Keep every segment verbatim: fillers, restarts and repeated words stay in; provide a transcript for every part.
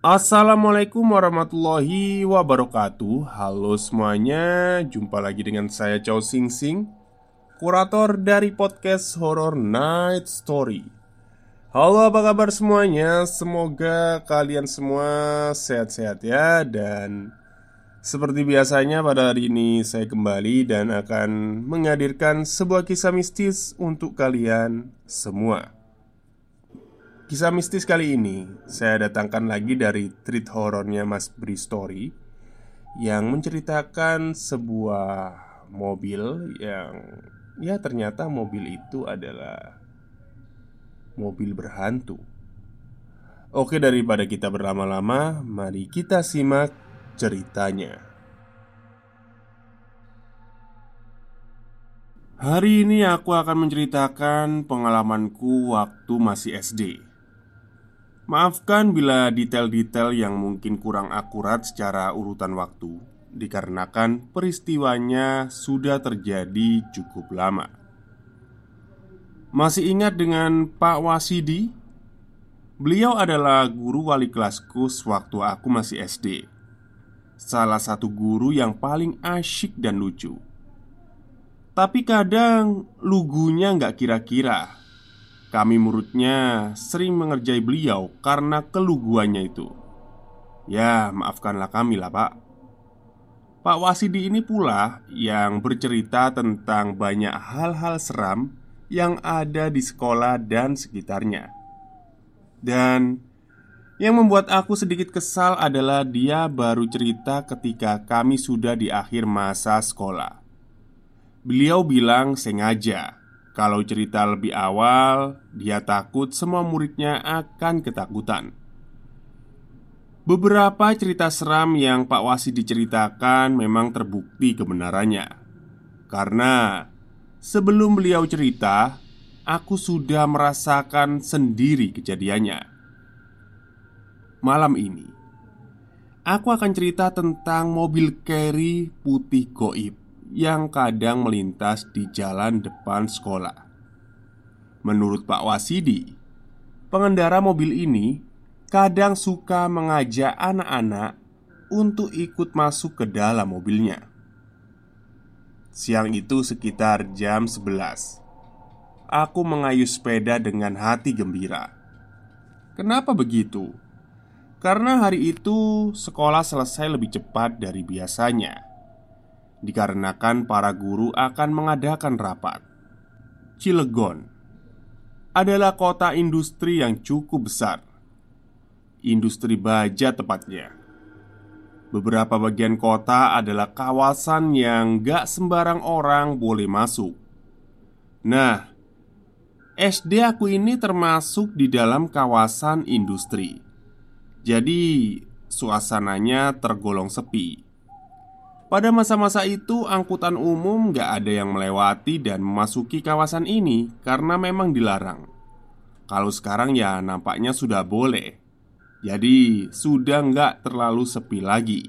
Assalamualaikum warahmatullahi wabarakatuh. Halo semuanya, jumpa lagi dengan saya Chow Sing Sing, kurator dari podcast Horror Night Story. Halo, apa kabar semuanya? Semoga kalian semua sehat-sehat ya. Dan seperti biasanya pada hari ini saya kembali dan akan menghadirkan sebuah kisah mistis untuk kalian semua. Kisah mistis kali ini saya datangkan lagi dari treat horornya Mas Bri Story, yang menceritakan sebuah mobil yang ya ternyata mobil itu adalah mobil berhantu. Oke, daripada kita berlama-lama, mari kita simak ceritanya. Hari ini aku akan menceritakan pengalamanku waktu masih S D. Maafkan bila detail-detail yang mungkin kurang akurat secara urutan waktu, dikarenakan peristiwanya sudah terjadi cukup lama. Masih ingat dengan Pak Wasidi? Beliau adalah guru wali kelasku sewaktu aku masih S D. Salah satu guru yang paling asyik dan lucu. Tapi kadang lugunya nggak kira-kira. Kami muridnya sering mengerjai beliau karena keluguannya itu. Ya, maafkanlah kami lah, Pak. Pak Wasidi ini pula yang bercerita tentang banyak hal-hal seram yang ada di sekolah dan sekitarnya. Dan yang membuat aku sedikit kesal adalah dia baru cerita ketika kami sudah di akhir masa sekolah. Beliau bilang sengaja kalau cerita lebih awal, dia takut semua muridnya akan ketakutan. Beberapa cerita seram yang Pak Wasi diceritakan memang terbukti kebenarannya. Karena sebelum beliau cerita, aku sudah merasakan sendiri kejadiannya. Malam ini, aku akan cerita tentang mobil carry putih goib yang kadang melintas di jalan depan sekolah. Menurut Pak Wasidi, pengendara mobil ini kadang suka mengajak anak-anak untuk ikut masuk ke dalam mobilnya. Siang itu sekitar jam sebelas. Aku mengayuh sepeda dengan hati gembira. Kenapa begitu? Karena hari itu sekolah selesai lebih cepat dari biasanya, dikarenakan para guru akan mengadakan rapat. Cilegon adalah kota industri yang cukup besar. Industri baja tepatnya. Beberapa bagian kota adalah kawasan yang gak sembarang orang boleh masuk. Nah, S D aku ini termasuk di dalam kawasan industri. Jadi, suasananya tergolong sepi. Pada masa-masa itu, angkutan umum gak ada yang melewati dan memasuki kawasan ini karena memang dilarang. Kalau sekarang ya nampaknya sudah boleh. Jadi sudah gak terlalu sepi lagi.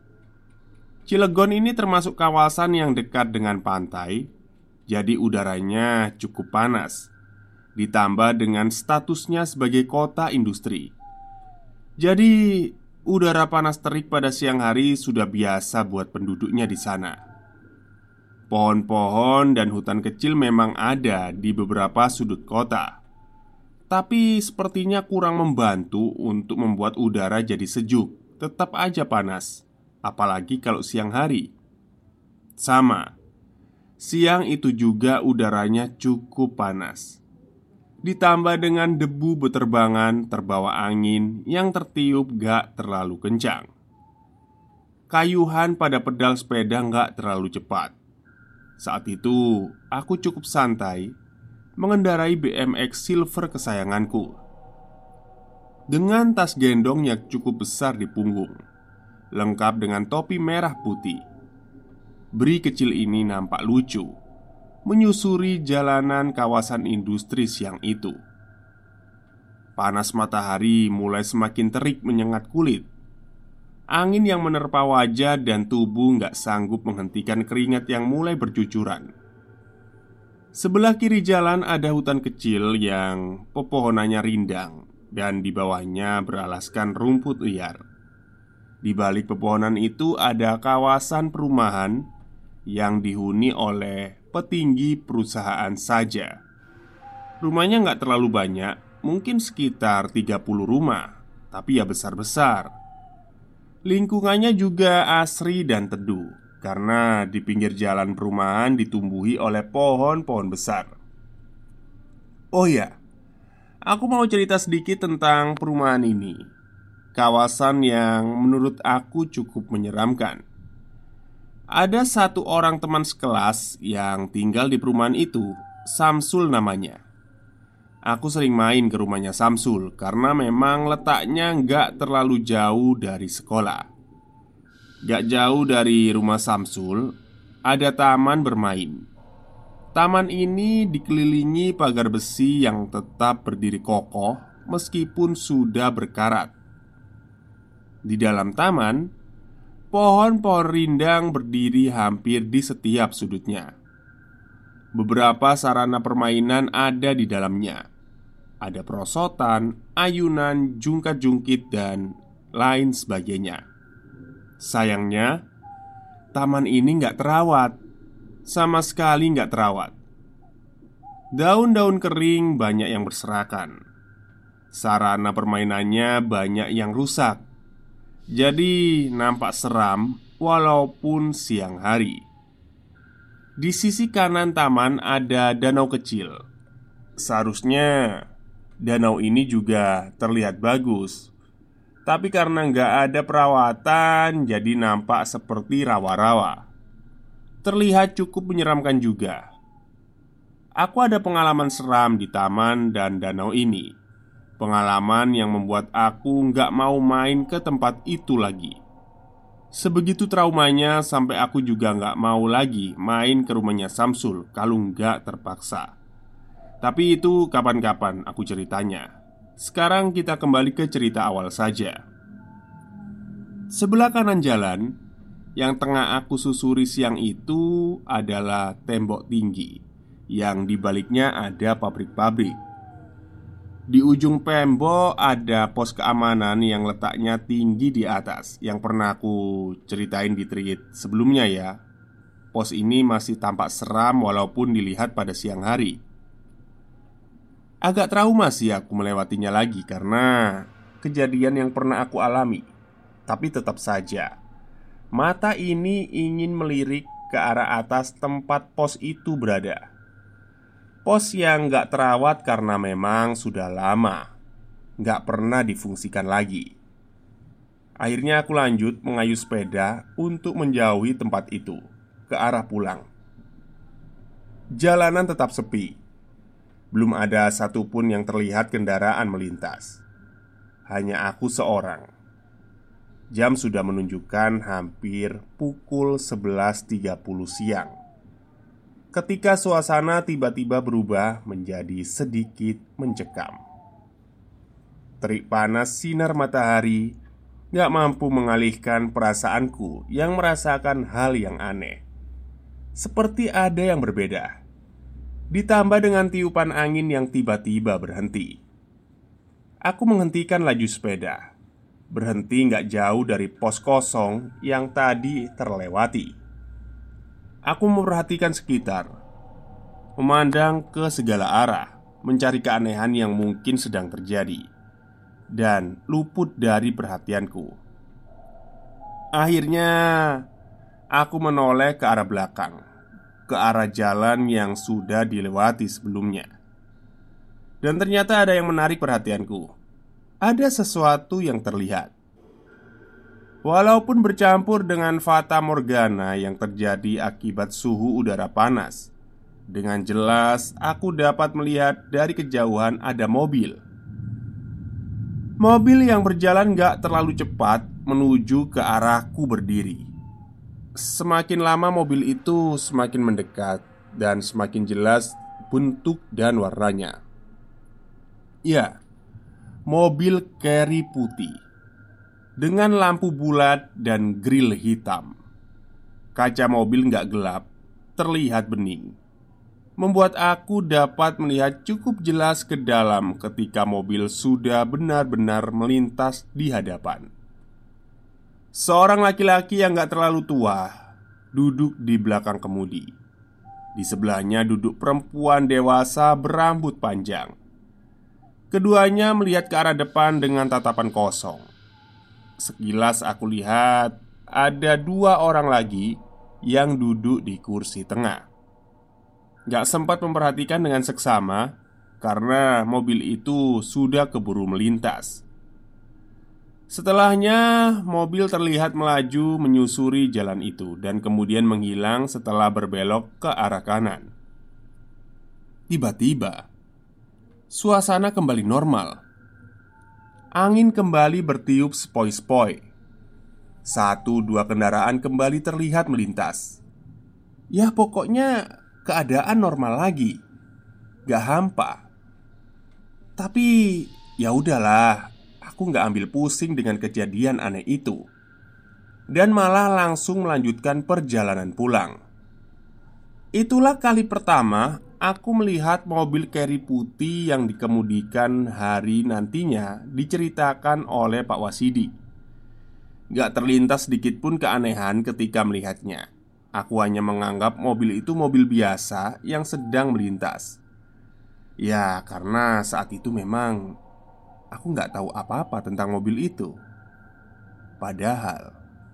Cilegon ini termasuk kawasan yang dekat dengan pantai. Jadi udaranya cukup panas. Ditambah dengan statusnya sebagai kota industri. Jadi udara panas terik pada siang hari sudah biasa buat penduduknya di sana. Pohon-pohon dan hutan kecil memang ada di beberapa sudut kota, tapi sepertinya kurang membantu untuk membuat udara jadi sejuk. Tetap aja panas, apalagi kalau siang hari. Sama, siang itu juga udaranya cukup panas. Ditambah dengan debu beterbangan terbawa angin yang tertiup gak terlalu kencang. Kayuhan pada pedal sepeda gak terlalu cepat. Saat itu aku cukup santai mengendarai B M X Silver kesayanganku, dengan tas gendong yang cukup besar di punggung, lengkap dengan topi merah putih. Bri kecil ini nampak lucu menyusuri jalanan kawasan industri siang itu. Panas matahari mulai semakin terik menyengat kulit. Angin yang menerpa wajah dan tubuh gak sanggup menghentikan keringat yang mulai bercucuran. Sebelah kiri jalan ada hutan kecil yang pepohonannya rindang. dan di bawahnya beralaskan rumput liar. Di balik pepohonan itu ada kawasan perumahan yang dihuni oleh petinggi perusahaan saja. Rumahnya nggak terlalu banyak, mungkin sekitar tiga puluh rumah, tapi ya besar-besar. Lingkungannya juga asri dan teduh, karena di pinggir jalan perumahan ditumbuhi oleh pohon-pohon besar. Oh ya, aku mau cerita sedikit tentang perumahan ini. Kawasan yang menurut aku cukup menyeramkan. Ada satu orang teman sekelas yang tinggal di perumahan itu, Samsul namanya. Aku sering main ke rumahnya Samsul karena memang letaknya nggak terlalu jauh dari sekolah. Gak jauh dari rumah Samsul ada taman bermain. Taman ini dikelilingi pagar besi yang tetap berdiri kokoh meskipun sudah berkarat. Di dalam taman, pohon-pohon rindang berdiri hampir di setiap sudutnya. Beberapa sarana permainan ada di dalamnya. Ada perosotan, ayunan, jungkat-jungkit, dan lain sebagainya. Sayangnya, taman ini nggak terawat. Sama sekali nggak terawat. Daun-daun kering banyak yang berserakan. Sarana permainannya banyak yang rusak. Jadi nampak seram walaupun siang hari. Di sisi kanan taman ada danau kecil. Seharusnya danau ini juga terlihat bagus, tapi karena nggak ada perawatan, jadi nampak seperti rawa-rawa. Terlihat cukup menyeramkan juga. Aku ada pengalaman seram di taman dan danau ini. Pengalaman yang membuat aku nggak mau main ke tempat itu lagi. Sebegitu traumanya sampai aku juga nggak mau lagi main ke rumahnya Samsul kalau nggak terpaksa. Tapi itu kapan-kapan aku ceritanya. Sekarang kita kembali ke cerita awal saja. Sebelah kanan jalan yang tengah aku susuri siang itu adalah tembok tinggi yang di baliknya ada pabrik-pabrik. Di ujung tembok ada pos keamanan yang letaknya tinggi di atas. Yang pernah aku ceritain di tweet sebelumnya ya. Pos ini masih tampak seram walaupun dilihat pada siang hari. Agak trauma sih aku melewatinya lagi karena kejadian yang pernah aku alami. Tapi tetap saja mata ini ingin melirik ke arah atas tempat pos itu berada. Pos yang gak terawat karena memang sudah lama gak pernah difungsikan lagi. Akhirnya aku lanjut mengayuh sepeda untuk menjauhi tempat itu ke arah pulang. Jalanan tetap sepi. Belum ada satupun yang terlihat kendaraan melintas. Hanya aku seorang. Jam sudah menunjukkan hampir pukul sebelas tiga puluh siang ketika suasana tiba-tiba berubah menjadi sedikit mencekam. Terik panas sinar matahari gak mampu mengalihkan perasaanku yang merasakan hal yang aneh. Seperti ada yang berbeda. Ditambah dengan tiupan angin yang tiba-tiba berhenti. Aku menghentikan laju sepeda. Berhenti gak jauh dari pos kosong yang tadi terlewati. Aku memperhatikan sekitar, memandang ke segala arah, mencari keanehan yang mungkin sedang terjadi, dan luput dari perhatianku. Akhirnya, aku menoleh ke arah belakang, ke arah jalan yang sudah dilewati sebelumnya. Dan ternyata ada yang menarik perhatianku. Ada sesuatu yang terlihat. Walaupun bercampur dengan fata morgana yang terjadi akibat suhu udara panas, dengan jelas aku dapat melihat dari kejauhan ada mobil. Mobil yang berjalan gak terlalu cepat menuju ke arahku berdiri. Semakin lama mobil itu semakin mendekat dan semakin jelas bentuk dan warnanya. Ya, mobil carry putih dengan lampu bulat dan grill hitam. Kaca mobil nggak gelap, terlihat bening. membuat aku dapat melihat cukup jelas ke dalam ketika mobil sudah benar-benar melintas di hadapan. Seorang laki-laki yang gak terlalu tua duduk di belakang kemudi. Di sebelahnya duduk perempuan dewasa berambut panjang. Keduanya melihat ke arah depan dengan tatapan kosong. Sekilas aku lihat ada dua orang lagi yang duduk di kursi tengah. Gak sempat memperhatikan dengan seksama karena mobil itu sudah keburu melintas. Setelahnya, mobil terlihat melaju menyusuri jalan itu dan kemudian menghilang setelah berbelok ke arah kanan. Tiba-tiba, suasana kembali normal. Angin kembali bertiup sepoi-sepoi. Satu dua kendaraan kembali terlihat melintas. Ya pokoknya keadaan normal lagi. Gak hampa. Tapi ya udahlah, aku gak ambil pusing dengan kejadian aneh itu. Dan malah langsung melanjutkan perjalanan pulang. Itulah kali pertama aku melihat mobil Carry putih yang dikemudikan hari nantinya diceritakan oleh Pak Wasidi. Gak terlintas sedikit pun keanehan ketika melihatnya. Aku hanya menganggap mobil itu mobil biasa yang sedang melintas. Ya karena saat itu memang aku gak tahu apa-apa tentang mobil itu. Padahal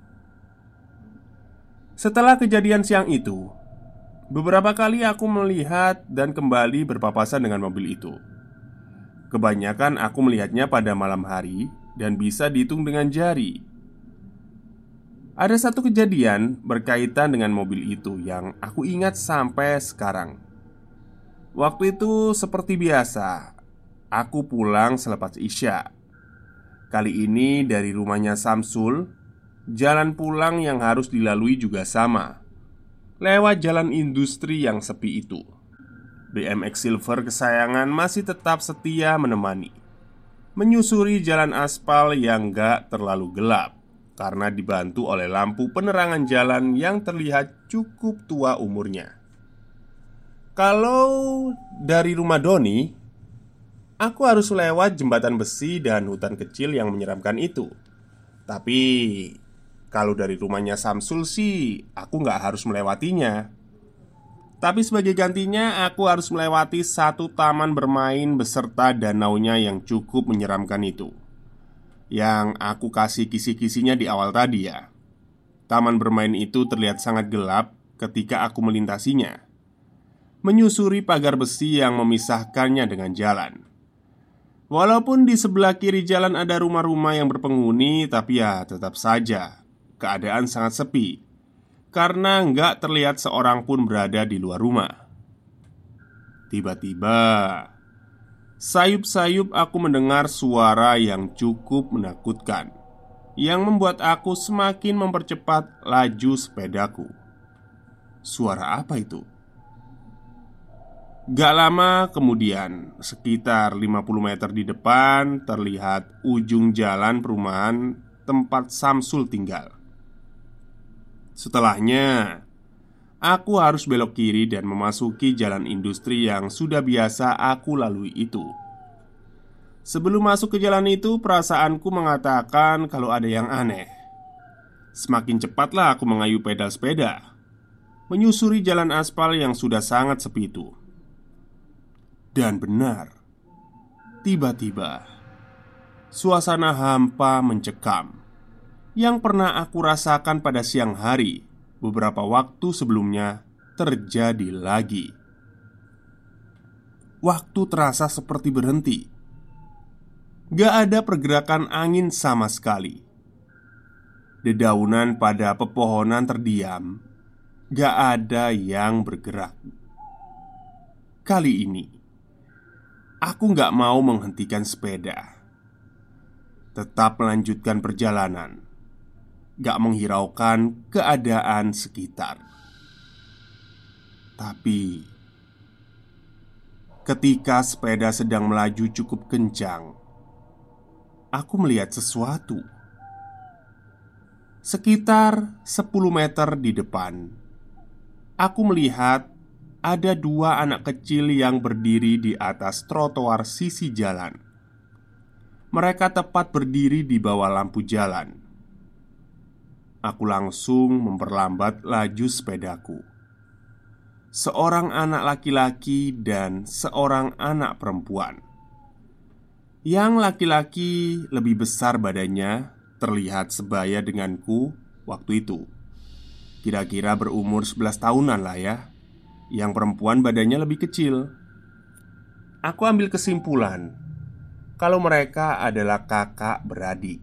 setelah kejadian siang itu, beberapa kali aku melihat dan kembali berpapasan dengan mobil itu. Kebanyakan aku melihatnya pada malam hari dan bisa dihitung dengan jari. Ada satu kejadian berkaitan dengan mobil itu yang aku ingat sampai sekarang. Waktu itu seperti biasa, aku pulang selepas Isya. Kali ini dari rumahnya Samsul. Jalan pulang yang harus dilalui juga sama, lewat jalan industri yang sepi itu. B M X Silver kesayangan masih tetap setia menemani, menyusuri jalan aspal yang gak terlalu gelap karena dibantu oleh lampu penerangan jalan yang terlihat cukup tua umurnya. Kalau dari rumah Doni, aku harus lewat jembatan besi dan hutan kecil yang menyeramkan itu. Tapi kalau dari rumahnya Samsul sih, aku nggak harus melewatinya. Tapi sebagai gantinya, aku harus melewati satu taman bermain beserta danaunya yang cukup menyeramkan itu, yang aku kasih kisi-kisinya di awal tadi ya. Taman bermain itu terlihat sangat gelap ketika aku melintasinya, menyusuri pagar besi yang memisahkannya dengan jalan. Walaupun di sebelah kiri jalan ada rumah-rumah yang berpenghuni, tapi ya tetap saja keadaan sangat sepi karena nggak terlihat seorang pun berada di luar rumah. Tiba-tiba, sayup-sayup aku mendengar suara yang cukup menakutkan, yang membuat aku semakin mempercepat laju sepedaku. Suara apa itu? Gak lama kemudian, sekitar lima puluh meter di depan, terlihat ujung jalan perumahan tempat Samsul tinggal. Setelahnya, aku harus belok kiri dan memasuki jalan industri yang sudah biasa aku lalui itu. Sebelum masuk ke jalan itu, perasaanku mengatakan kalau ada yang aneh. Semakin cepatlah aku mengayuh pedal sepeda, menyusuri jalan aspal yang sudah sangat sepi itu. Dan benar, tiba-tiba suasana hampa mencekam yang pernah aku rasakan pada siang hari beberapa waktu sebelumnya terjadi lagi. Waktu terasa seperti berhenti. Gak ada pergerakan angin sama sekali. Dedaunan pada pepohonan terdiam. Gak ada yang bergerak. Kali ini aku gak mau menghentikan sepeda, tetap melanjutkan perjalanan, gak menghiraukan keadaan sekitar. Tapi ketika sepeda sedang melaju cukup kencang, aku melihat sesuatu. Sekitar sepuluh meter di depan, aku melihat ada dua anak kecil yang berdiri di atas trotoar sisi jalan. Mereka tepat berdiri di bawah lampu jalan. Aku langsung memperlambat laju sepedaku. Seorang anak laki-laki dan seorang anak perempuan. Yang laki-laki lebih besar badannya, terlihat sebaya denganku waktu itu. Kira-kira berumur sebelas tahunan lah ya. Yang perempuan badannya lebih kecil. Aku ambil kesimpulan kalau mereka adalah kakak beradik.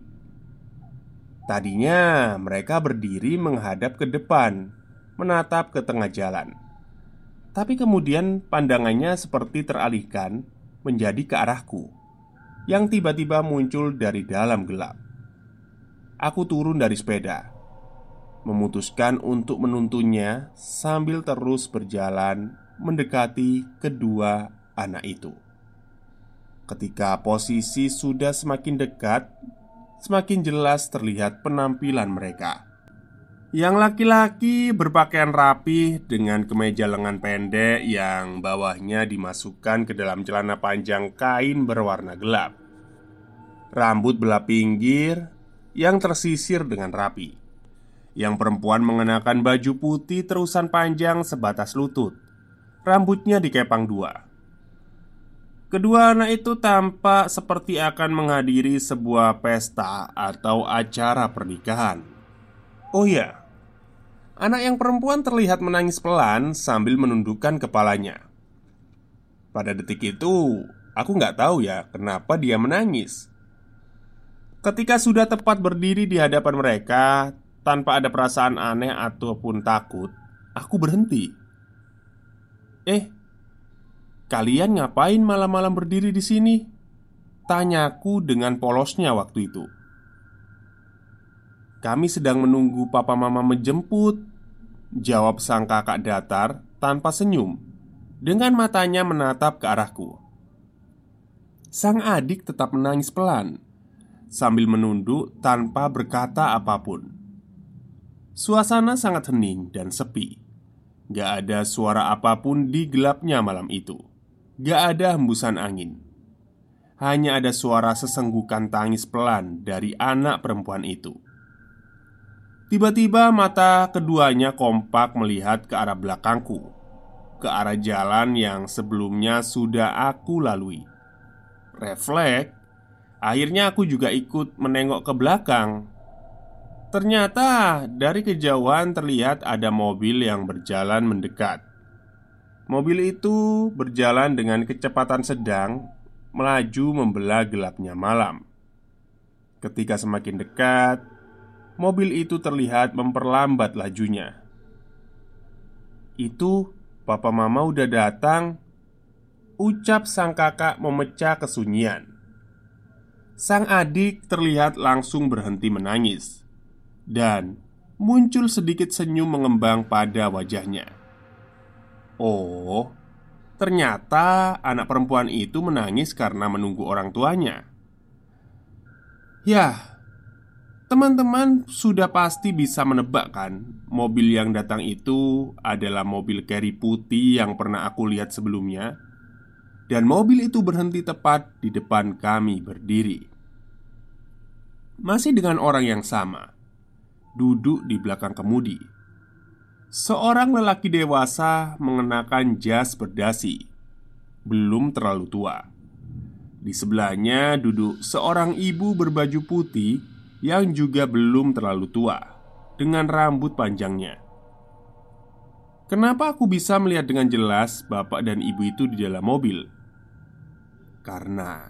Tadinya mereka berdiri menghadap ke depan, menatap ke tengah jalan. Tapi kemudian pandangannya seperti teralihkan menjadi ke arahku, yang tiba-tiba muncul dari dalam gelap. Aku turun dari sepeda, memutuskan untuk menuntunnya sambil terus berjalan mendekati kedua anak itu. Ketika posisi sudah semakin dekat, semakin jelas terlihat penampilan mereka. Yang laki-laki berpakaian rapi dengan kemeja lengan pendek yang bawahnya dimasukkan ke dalam celana panjang kain berwarna gelap. Rambut belah pinggir yang tersisir dengan rapi. Yang perempuan mengenakan baju putih terusan panjang sebatas lutut. Rambutnya dikepang dua. Kedua anak itu tampak seperti akan menghadiri sebuah pesta atau acara pernikahan. Oh ya, anak yang perempuan terlihat menangis pelan sambil menundukkan kepalanya. Pada detik itu, aku nggak tahu ya kenapa dia menangis. Ketika sudah tepat berdiri di hadapan mereka, tanpa ada perasaan aneh ataupun takut, aku berhenti. Eh, kalian ngapain malam-malam berdiri di sini? Tanyaku dengan polosnya waktu itu. Kami sedang menunggu papa mama menjemput, jawab sang kakak datar tanpa senyum, dengan matanya menatap ke arahku. Sang adik tetap menangis pelan, sambil menunduk tanpa berkata apapun. Suasana sangat hening dan sepi. Gak ada suara apapun di gelapnya malam itu. Gak ada hembusan angin. Hanya ada suara sesenggukan tangis pelan dari anak perempuan itu. Tiba-tiba mata keduanya kompak melihat ke arah belakangku, ke arah jalan yang sebelumnya sudah aku lalui. Refleks, akhirnya aku juga ikut menengok ke belakang. Ternyata dari kejauhan terlihat ada mobil yang berjalan mendekat. Mobil itu berjalan dengan kecepatan sedang, melaju membelah gelapnya malam. Ketika semakin dekat, mobil itu terlihat memperlambat lajunya. "Itu papa mama udah datang," ucap sang kakak memecah kesunyian. Sang adik terlihat langsung berhenti menangis, dan muncul sedikit senyum mengembang pada wajahnya. Oh, ternyata anak perempuan itu menangis karena menunggu orang tuanya. Ya, teman-teman sudah pasti bisa menebak kan, mobil yang datang itu adalah mobil carry putih yang pernah aku lihat sebelumnya. Dan mobil itu berhenti tepat di depan kami berdiri. Masih dengan orang yang sama, duduk di belakang kemudi. Seorang lelaki dewasa mengenakan jas berdasi, belum terlalu tua. Di sebelahnya duduk seorang ibu berbaju putih yang juga belum terlalu tua, dengan rambut panjangnya. Kenapa aku bisa melihat dengan jelas bapak dan ibu itu di dalam mobil? Karena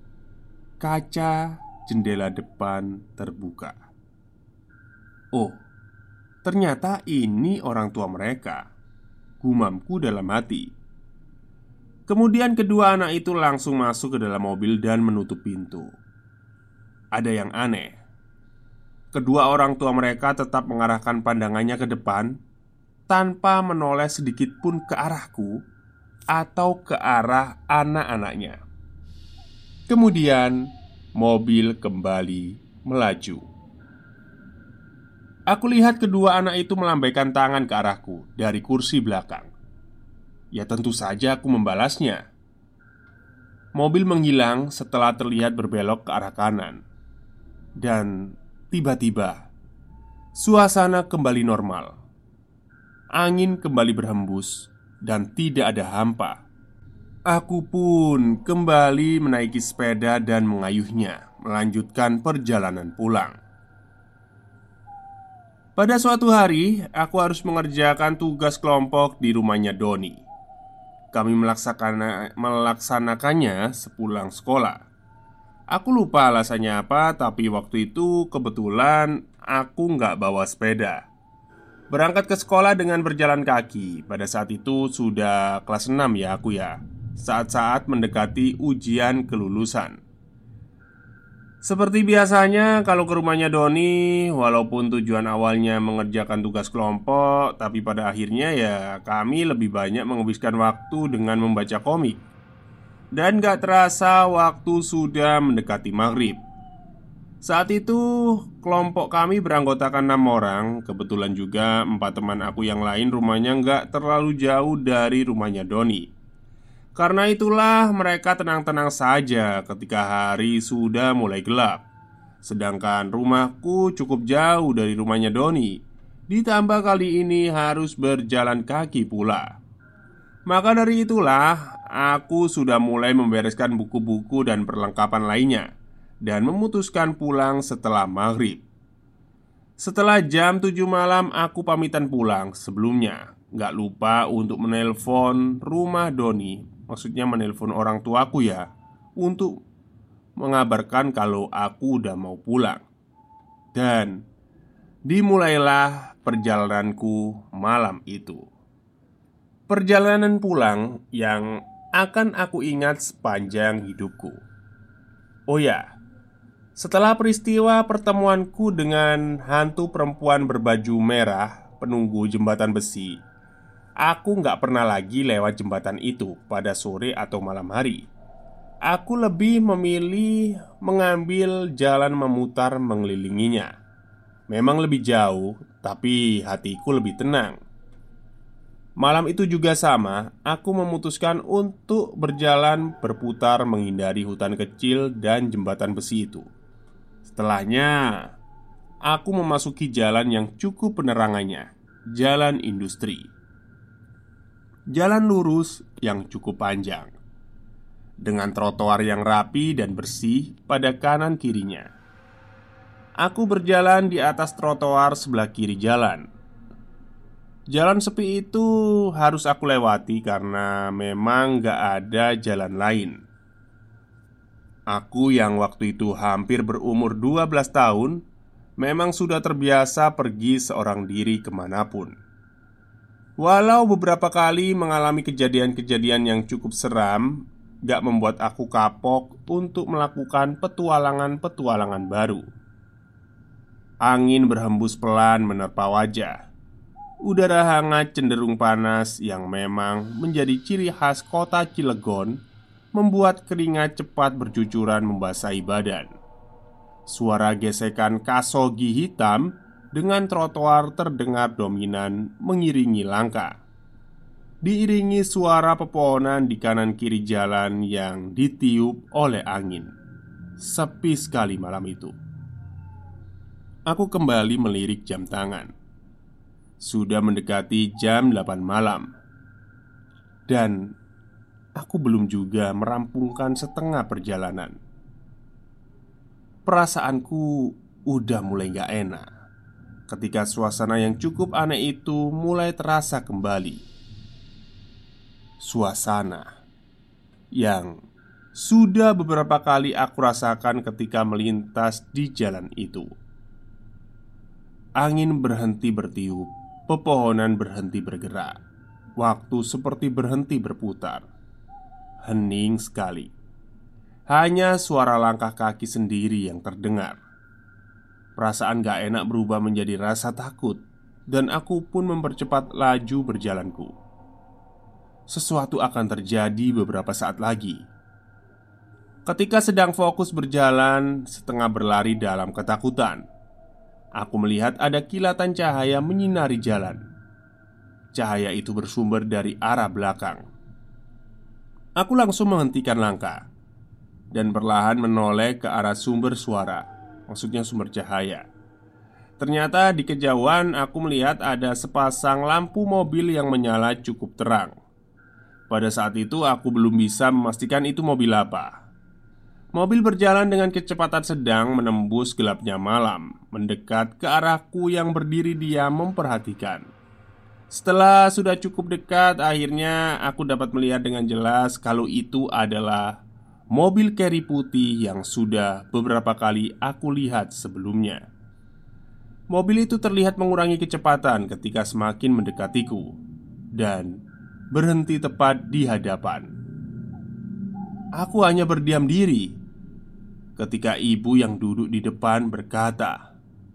kaca jendela depan terbuka. Oh, ternyata ini orang tua mereka, gumamku dalam hati. Kemudian kedua anak itu langsung masuk ke dalam mobil dan menutup pintu. Ada yang aneh. Kedua orang tua mereka tetap mengarahkan pandangannya ke depan, tanpa menoleh sedikit pun ke arahku atau ke arah anak-anaknya. Kemudian mobil kembali melaju. Aku lihat kedua anak itu melambaikan tangan ke arahku dari kursi belakang. Ya tentu saja aku membalasnya. Mobil menghilang setelah terlihat berbelok ke arah kanan. Dan tiba-tiba suasana kembali normal. Angin kembali berhembus dan tidak ada hampa. Aku pun kembali menaiki sepeda dan mengayuhnya melanjutkan perjalanan pulang. Pada suatu hari, aku harus mengerjakan tugas kelompok di rumahnya Doni. Kami melaksanakan, melaksanakannya sepulang sekolah. Aku lupa alasannya apa, tapi waktu itu kebetulan aku nggak bawa sepeda. Berangkat ke sekolah dengan berjalan kaki. Pada saat itu sudah kelas enam ya aku ya. Saat-saat mendekati ujian kelulusan. Seperti biasanya kalau ke rumahnya Doni, walaupun tujuan awalnya mengerjakan tugas kelompok, tapi pada akhirnya ya kami lebih banyak menghabiskan waktu dengan membaca komik. Dan gak terasa waktu sudah mendekati maghrib. Saat itu kelompok kami beranggotakan enam orang. Kebetulan juga empat teman aku yang lain rumahnya gak terlalu jauh dari rumahnya Doni. Karena itulah mereka tenang-tenang saja ketika hari sudah mulai gelap. Sedangkan rumahku cukup jauh dari rumahnya Doni. Ditambah kali ini harus berjalan kaki pula. Maka dari itulah aku sudah mulai membereskan buku-buku dan perlengkapan lainnya dan memutuskan pulang setelah maghrib. Setelah jam tujuh malam aku pamitan pulang. Sebelumnya gak lupa untuk menelpon rumah Doni. Maksudnya menelpon orang tuaku ya, untuk mengabarkan kalau aku udah mau pulang. Dan dimulailah perjalananku malam itu. Perjalanan pulang yang akan aku ingat sepanjang hidupku. Oh ya, setelah peristiwa pertemuanku dengan hantu perempuan berbaju merah penunggu jembatan besi, aku nggak pernah lagi lewat jembatan itu pada sore atau malam hari. Aku lebih memilih mengambil jalan memutar mengelilinginya. Memang lebih jauh, tapi hatiku lebih tenang. Malam itu juga sama, aku memutuskan untuk berjalan berputar menghindari hutan kecil dan jembatan besi itu. Setelahnya, aku memasuki jalan yang cukup penerangannya, jalan industri. Jalan lurus yang cukup panjang, dengan trotoar yang rapi dan bersih pada kanan kirinya. Aku berjalan di atas trotoar sebelah kiri jalan. Jalan sepi itu harus aku lewati karena memang gak ada jalan lain. Aku yang waktu itu hampir berumur dua belas tahun memang sudah terbiasa pergi seorang diri kemanapun. Walau beberapa kali mengalami kejadian-kejadian yang cukup seram, gak membuat aku kapok untuk melakukan petualangan-petualangan baru. Angin berhembus pelan menerpa wajah. Udara hangat cenderung panas yang memang menjadi ciri khas kota Cilegon, membuat keringat cepat bercucuran membasahi badan. Suara gesekan kasogi hitam dengan trotoar terdengar dominan mengiringi langkah, diiringi suara pepohonan di kanan kiri jalan yang ditiup oleh angin. Sepi sekali malam itu. Aku kembali melirik jam tangan. Sudah mendekati jam delapan malam. Dan aku belum juga merampungkan setengah perjalanan. Perasaanku udah mulai gak enak ketika suasana yang cukup aneh itu mulai terasa kembali. Suasana yang sudah beberapa kali aku rasakan ketika melintas di jalan itu. Angin berhenti bertiup, pepohonan berhenti bergerak, waktu seperti berhenti berputar. Hening sekali. Hanya suara langkah kaki sendiri yang terdengar. Perasaan gak enak berubah menjadi rasa takut, dan aku pun mempercepat laju berjalanku. Sesuatu akan terjadi beberapa saat lagi. Ketika sedang fokus berjalan, setengah berlari dalam ketakutan, aku melihat ada kilatan cahaya menyinari jalan. cahaya itu bersumber dari arah belakang. Aku langsung menghentikan langkah dan perlahan menoleh ke arah sumber suara, maksudnya sumber cahaya. Ternyata di kejauhan aku melihat ada sepasang lampu mobil yang menyala cukup terang. Pada saat itu aku belum bisa memastikan itu mobil apa. Mobil berjalan dengan kecepatan sedang menembus gelapnya malam, mendekat ke arahku yang berdiri diam memperhatikan. Setelah sudah cukup dekat, akhirnya aku dapat melihat dengan jelas kalau itu adalah mobil carry putih yang sudah beberapa kali aku lihat sebelumnya. Mobil itu terlihat mengurangi kecepatan ketika semakin mendekatiku dan berhenti tepat di hadapan. Aku hanya berdiam diri ketika ibu yang duduk di depan berkata,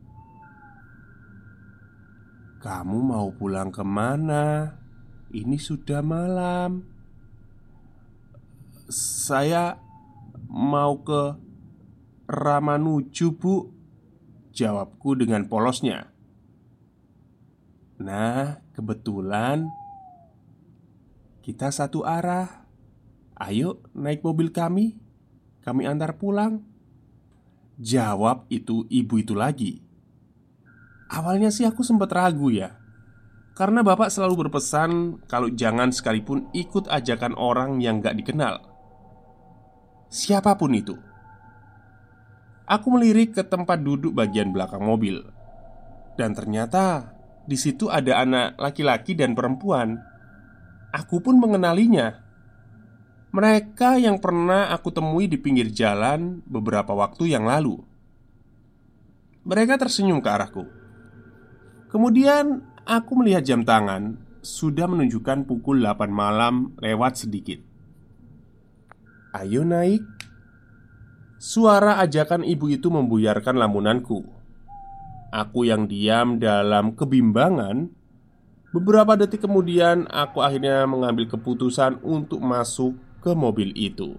"Kamu mau pulang kemana? Ini sudah malam." "Saya mau ke Ramanuju, Bu," jawabku dengan polosnya. "Nah, kebetulan kita satu arah. Ayo naik mobil kami, kami antar pulang," jawab itu ibu itu lagi. Awalnya sih aku sempat ragu ya, karena bapak selalu berpesan kalau jangan sekalipun ikut ajakan orang yang gak dikenal, siapapun itu. Aku melirik ke tempat duduk bagian belakang mobil, dan ternyata di situ ada anak laki-laki dan perempuan. Aku pun mengenalinya. Mereka yang pernah aku temui di pinggir jalan beberapa waktu yang lalu. Mereka tersenyum ke arahku. Kemudian aku melihat jam tangan sudah menunjukkan pukul delapan malam lewat sedikit. "Ayo naik." Suara ajakan ibu itu membuyarkan lamunanku. Aku yang diam dalam kebimbangan. Beberapa detik kemudian aku akhirnya mengambil keputusan untuk masuk ke mobil itu.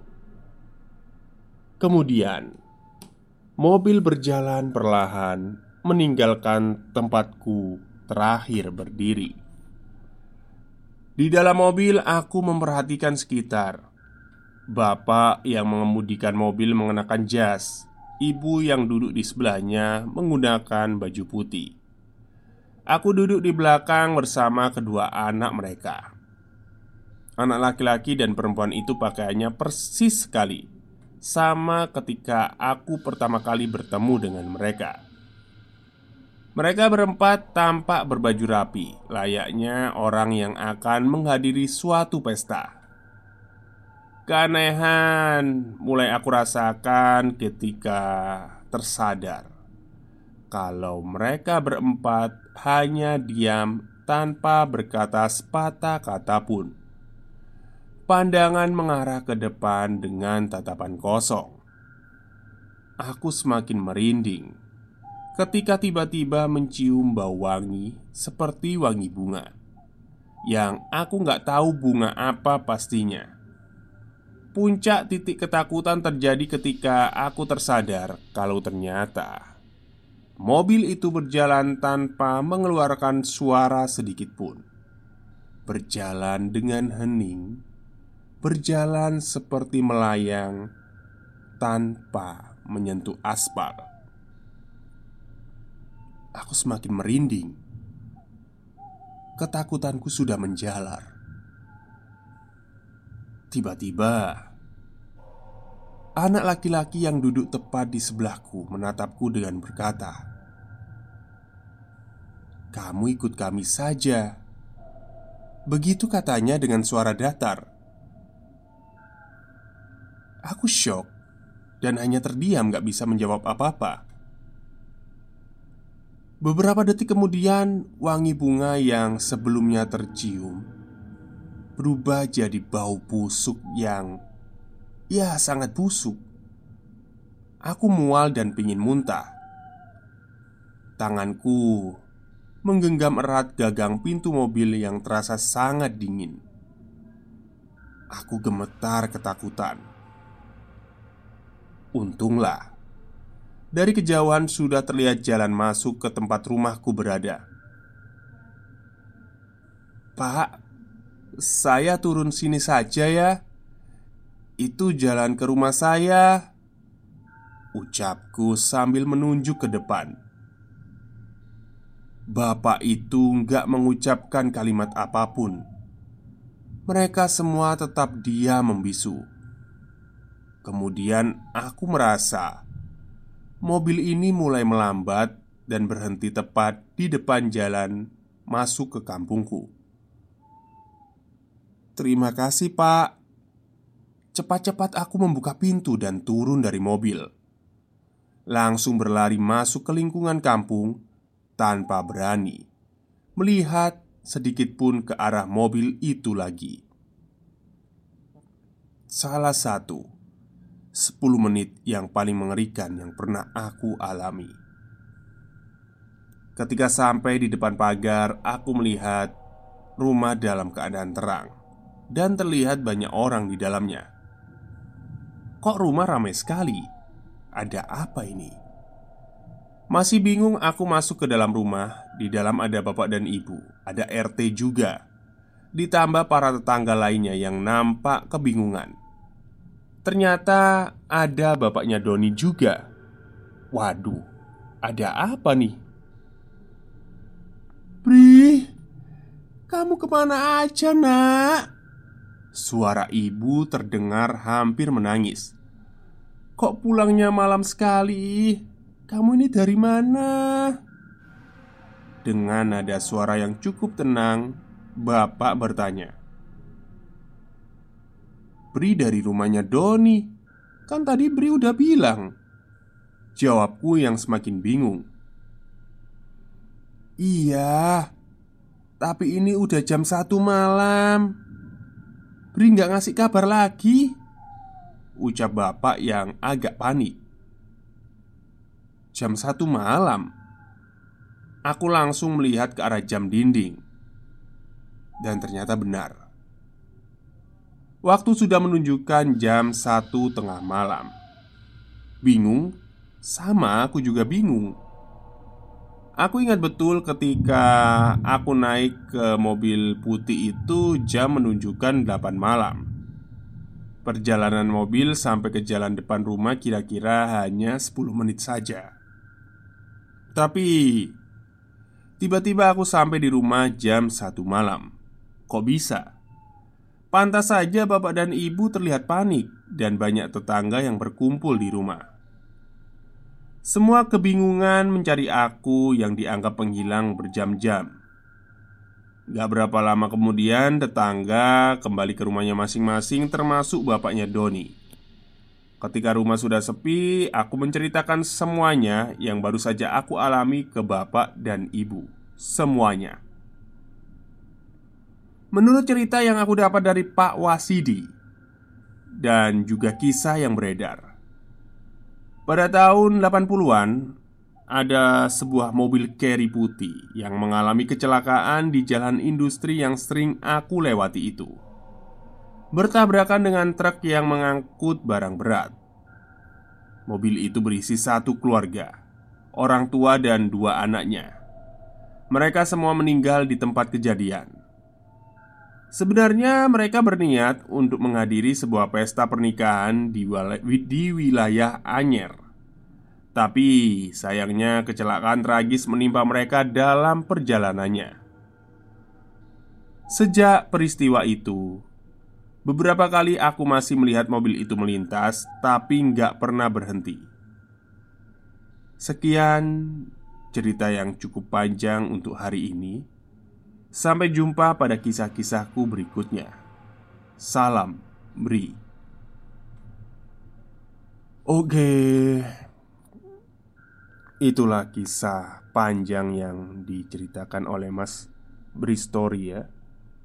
Kemudian mobil berjalan perlahan meninggalkan tempatku terakhir berdiri. Di dalam mobil aku memperhatikan sekitar. Bapak yang mengemudikan mobil mengenakan jas. Ibu yang duduk di sebelahnya menggunakan baju putih. Aku duduk di belakang bersama kedua anak mereka. Anak laki-laki dan perempuan itu pakaiannya persis sekali, sama ketika aku pertama kali bertemu dengan mereka. Mereka berempat tampak berbaju rapi, layaknya orang yang akan menghadiri suatu pesta. Keanehan mulai aku rasakan ketika tersadar kalau mereka berempat hanya diam tanpa berkata sepatah kata pun. Pandangan mengarah ke depan dengan tatapan kosong. Aku semakin merinding ketika tiba-tiba mencium bau wangi seperti wangi bunga, yang aku nggak tahu bunga apa pastinya. Puncak titik ketakutan terjadi ketika aku tersadar kalau ternyata mobil itu berjalan tanpa mengeluarkan suara sedikit pun. Berjalan dengan hening, berjalan seperti melayang tanpa menyentuh aspal. Aku semakin merinding. Ketakutanku sudah menjalar. Tiba-tiba anak laki-laki yang duduk tepat di sebelahku menatapku dengan berkata, "Kamu ikut kami saja." Begitu katanya dengan suara datar. Aku syok dan hanya terdiam gak bisa menjawab apa-apa. Beberapa detik kemudian, wangi bunga yang sebelumnya tercium berubah jadi bau busuk yang, ya, sangat busuk. Aku mual dan pingin muntah. Tanganku menggenggam erat gagang pintu mobil yang terasa sangat dingin. Aku gemetar ketakutan. Untunglah, dari kejauhan sudah terlihat jalan masuk ke tempat rumahku berada. "Pak, saya turun sini saja ya. Itu jalan ke rumah saya," ucapku sambil menunjuk ke depan. Bapak itu nggak mengucapkan kalimat apapun. Mereka semua tetap diam membisu. Kemudian aku merasa mobil ini mulai melambat dan berhenti tepat di depan jalan masuk ke kampungku. "Terima kasih, Pak." Cepat-cepat aku membuka pintu dan turun dari mobil. Langsung berlari masuk ke lingkungan kampung tanpa berani melihat sedikitpun ke arah mobil itu lagi. Salah satu sepuluh menit yang paling mengerikan yang pernah aku alami. Ketika sampai di depan pagar, aku melihat rumah dalam keadaan terang dan terlihat banyak orang di dalamnya. Kok rumah ramai sekali? Ada apa ini? Masih bingung aku masuk ke dalam rumah. Di dalam ada bapak dan ibu, ada R T juga, ditambah para tetangga lainnya yang nampak kebingungan. Ternyata ada bapaknya Doni juga. Waduh, ada apa nih? "Bri, kamu kemana aja, nak?" Suara ibu terdengar hampir menangis. "Kok pulangnya malam sekali? Kamu ini dari mana?" Dengan nada suara yang cukup tenang, bapak bertanya. "Bri dari rumahnya Doni. Kan tadi Bri udah bilang," jawabku yang semakin bingung. "Iya, tapi ini udah jam satu malam. Bri nggak ngasih kabar lagi," ucap bapak yang agak panik. Jam satu malam. Aku langsung melihat ke arah jam dinding. Dan ternyata benar. Waktu sudah menunjukkan jam satu tengah malam. Bingung? Sama, aku juga bingung. Aku ingat betul ketika aku naik ke mobil putih itu jam menunjukkan delapan malam. Perjalanan mobil sampai ke jalan depan rumah kira-kira hanya sepuluh menit saja. Tapi tiba-tiba aku sampai di rumah jam satu malam. Kok bisa? Pantas saja bapak dan ibu terlihat panik dan banyak tetangga yang berkumpul di rumah. Semua kebingungan mencari aku yang dianggap penghilang berjam-jam. Gak berapa lama kemudian tetangga kembali ke rumahnya masing-masing, termasuk bapaknya Doni. Ketika rumah sudah sepi, aku menceritakan semuanya yang baru saja aku alami ke bapak dan ibu. Semuanya. Menurut cerita yang aku dapat dari Pak Wasidi dan juga kisah yang beredar, pada tahun delapan puluhan, ada sebuah mobil carry putih yang mengalami kecelakaan di jalan industri yang sering aku lewati itu, bertabrakan dengan truk yang mengangkut barang berat. Mobil itu berisi satu keluarga, orang tua dan dua anaknya. Mereka semua meninggal di tempat kejadian. Sebenarnya mereka berniat untuk menghadiri sebuah pesta pernikahan di, di wilayah Anyer. Tapi sayangnya kecelakaan tragis menimpa mereka dalam perjalanannya. Sejak peristiwa itu, beberapa kali aku masih melihat mobil itu melintas, tapi nggak pernah berhenti. Sekian cerita yang cukup panjang untuk hari ini. Sampai jumpa pada kisah-kisahku berikutnya. Salam Bri. Oke, itulah kisah panjang yang diceritakan oleh Mas Bri Story ya.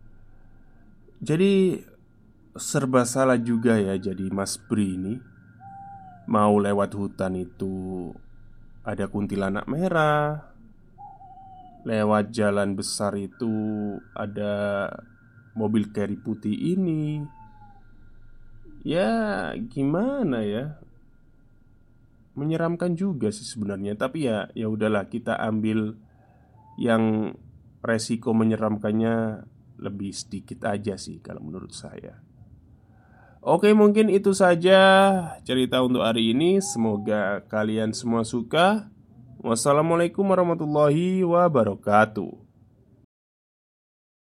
Jadi serba salah juga ya jadi Mas Bri ini. Mau lewat hutan itu ada kuntilanak merah, lewat jalan besar itu ada mobil carry putih ini. Ya gimana ya, menyeramkan juga sih sebenarnya. Tapi ya ya udahlah, kita ambil yang resiko menyeramkannya lebih sedikit aja sih kalau menurut saya. Oke, mungkin itu saja cerita untuk hari ini. Semoga kalian semua suka. Wassalamualaikum warahmatullahi wabarakatuh.